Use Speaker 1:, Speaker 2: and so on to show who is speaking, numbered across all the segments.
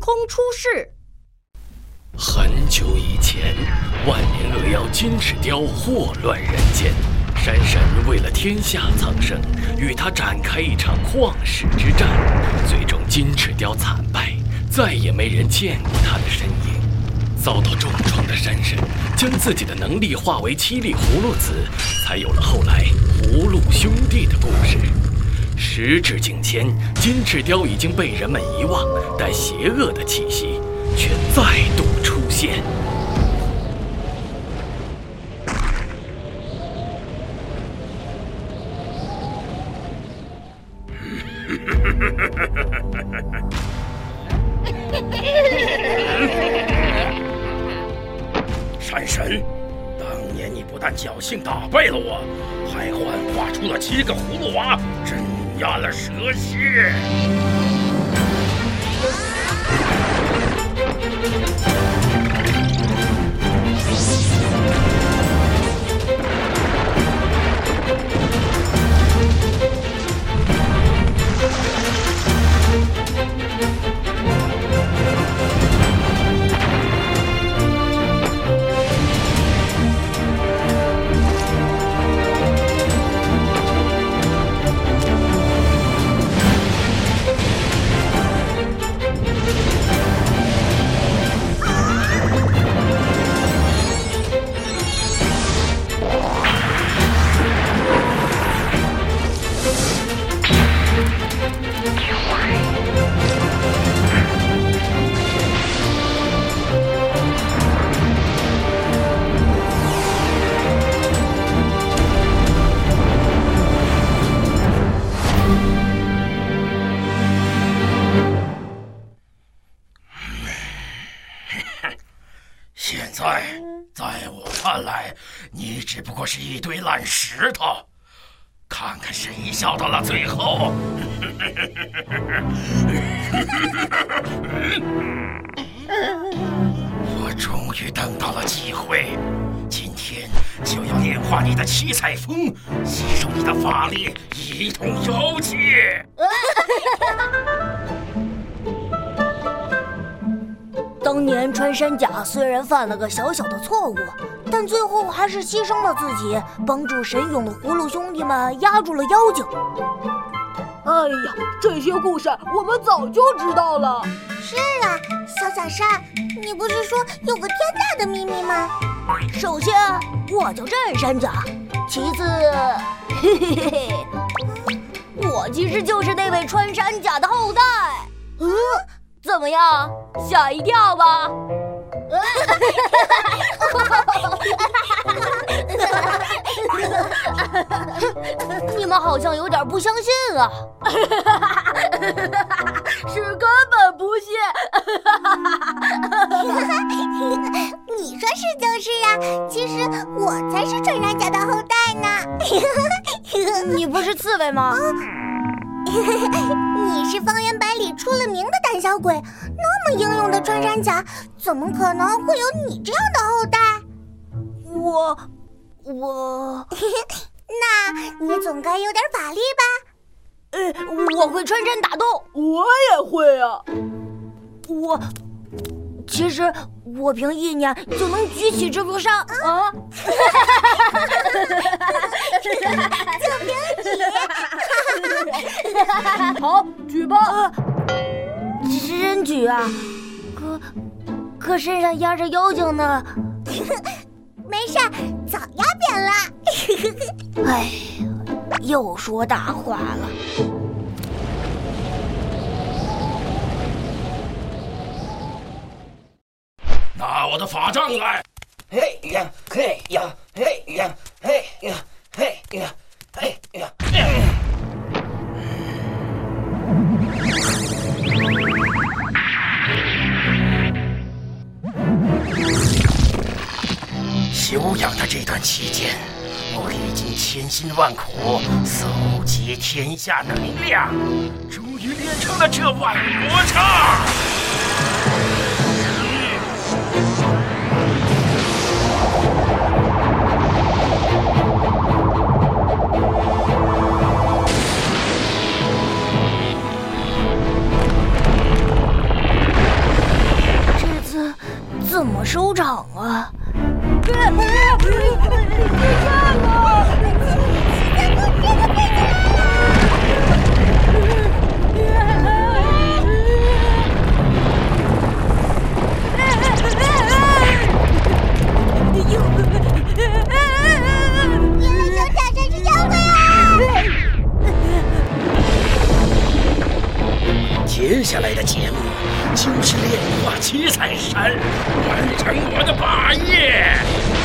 Speaker 1: 空出世。
Speaker 2: 很久以前，万年恶妖金翅雕祸乱人间，山神为了天下苍生，与他展开一场旷世之战。最终金翅雕惨败，再也没人见过他的身影。遭到重创的山神将自己的能力化为7粒葫芦籽，才有了后来葫芦兄弟的故事。时至境迁，金翅雕已经被人们遗忘，但邪恶的气息却再度出现。
Speaker 3: 山神，当年你不但侥幸打败了我，还幻化出了7个葫芦娃，镇压了蛇蝎。现在，在我看来，你只不过是一堆烂石头。看看谁笑到了最后！我终于等到了机会，今天就要炼化你的七彩风，吸收你的法力，一统妖界。
Speaker 1: 当年穿山甲虽然犯了个小小的错误，但最后还是牺牲了自己，帮助神勇的葫芦兄弟们压住了妖精。
Speaker 4: 哎呀，这些故事我们早就知道了。
Speaker 5: 是啊，小山，你不是说有个天大的秘密吗？
Speaker 1: 首先，我叫镇山甲；其次，我其实就是那位穿山甲的后代。怎么样，吓一跳吧？你们好像有点不相信啊。
Speaker 4: 是根本不信。
Speaker 5: 你说是就是啊，其实我才是穿山甲的后代呢。
Speaker 1: 你不是刺猬吗？
Speaker 5: 你是方圆百里出了名的胆小鬼，那么英勇的穿山甲，怎么可能会有你这样的后代？
Speaker 1: 我
Speaker 5: 那你总该有点法力吧？
Speaker 1: 我会穿山打洞。
Speaker 4: 我也会啊。
Speaker 1: 其实我凭意念就能举起这座山啊！
Speaker 5: 就凭
Speaker 4: 你！好，举吧！
Speaker 1: 真举啊！可身上压着妖精呢。
Speaker 5: 没事，早压扁了。
Speaker 1: 哎，又说大话了。
Speaker 3: 拿我的法杖来！
Speaker 6: 嘿呀，嘿呀，嘿呀，嘿呀，嘿呀，嘿呀！
Speaker 3: 休养的这段期间，我历经千辛万苦，搜集天下能量，终于练成了这万魔杖。
Speaker 1: 怎么收场啊？
Speaker 3: 接下来的节目就是炼化七彩山，完成我的霸业。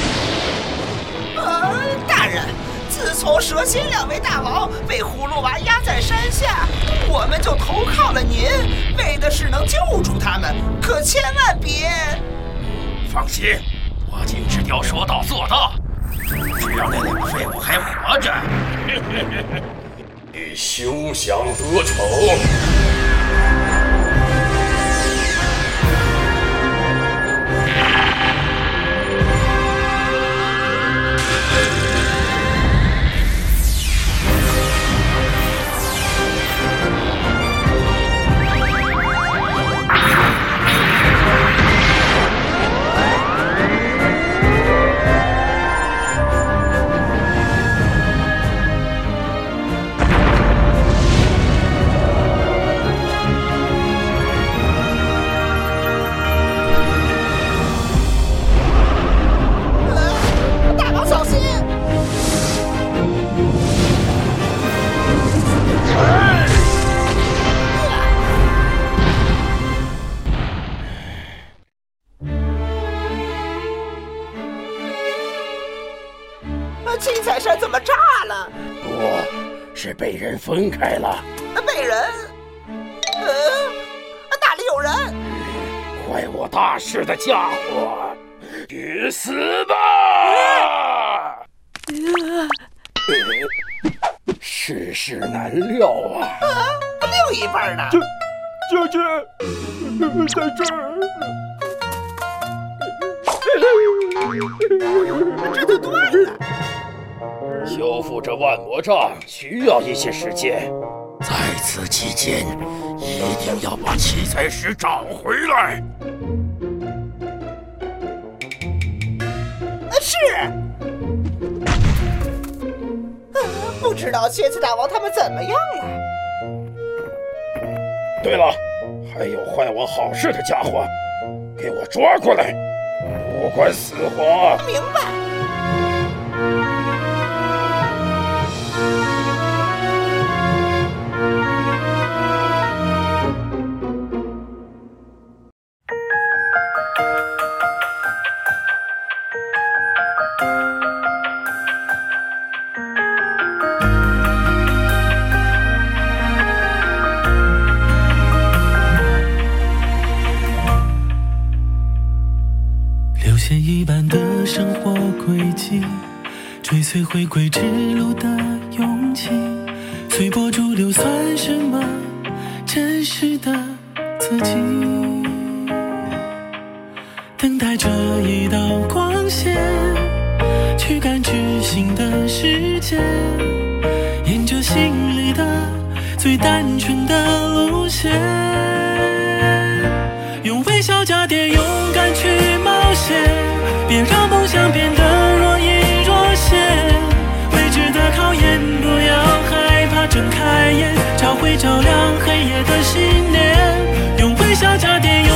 Speaker 7: 大人，自从蛇蝎2位大王被葫芦娃压在山下，我们就投靠了您，为的是能救出他们，可千万别……
Speaker 3: 放心，我金翅雕说到做到，只要那2个废物还活着，
Speaker 2: 你休想得逞！
Speaker 7: 七彩山怎么炸了？
Speaker 3: 不是被人分开了。
Speaker 7: 被人？哪里有人？
Speaker 3: 坏我大事的家伙，去死吧！世事难料啊！
Speaker 7: 另一半呢？
Speaker 3: 姐姐，在这儿。
Speaker 7: 这就断了。
Speaker 3: 修复这万魔杖需要一些时间，在此期间，一定要把七彩石找回来。
Speaker 7: 是。不知道蝎子大王他们怎么样了？
Speaker 3: 对了，还有坏我好事的家伙，给我抓过来，不管死活。
Speaker 7: 明白。
Speaker 8: 线一般的生活轨迹，追随回归之路的勇气，随波逐流算什么真实的自己？等待着一道光线，去感知新的世界，沿着心里的最单纯的路线，用微笑加点勇敢去冒险，别让梦想变得若隐若现。未知的考验，不要害怕，睁开眼，找回照亮黑夜的信念，用微笑加点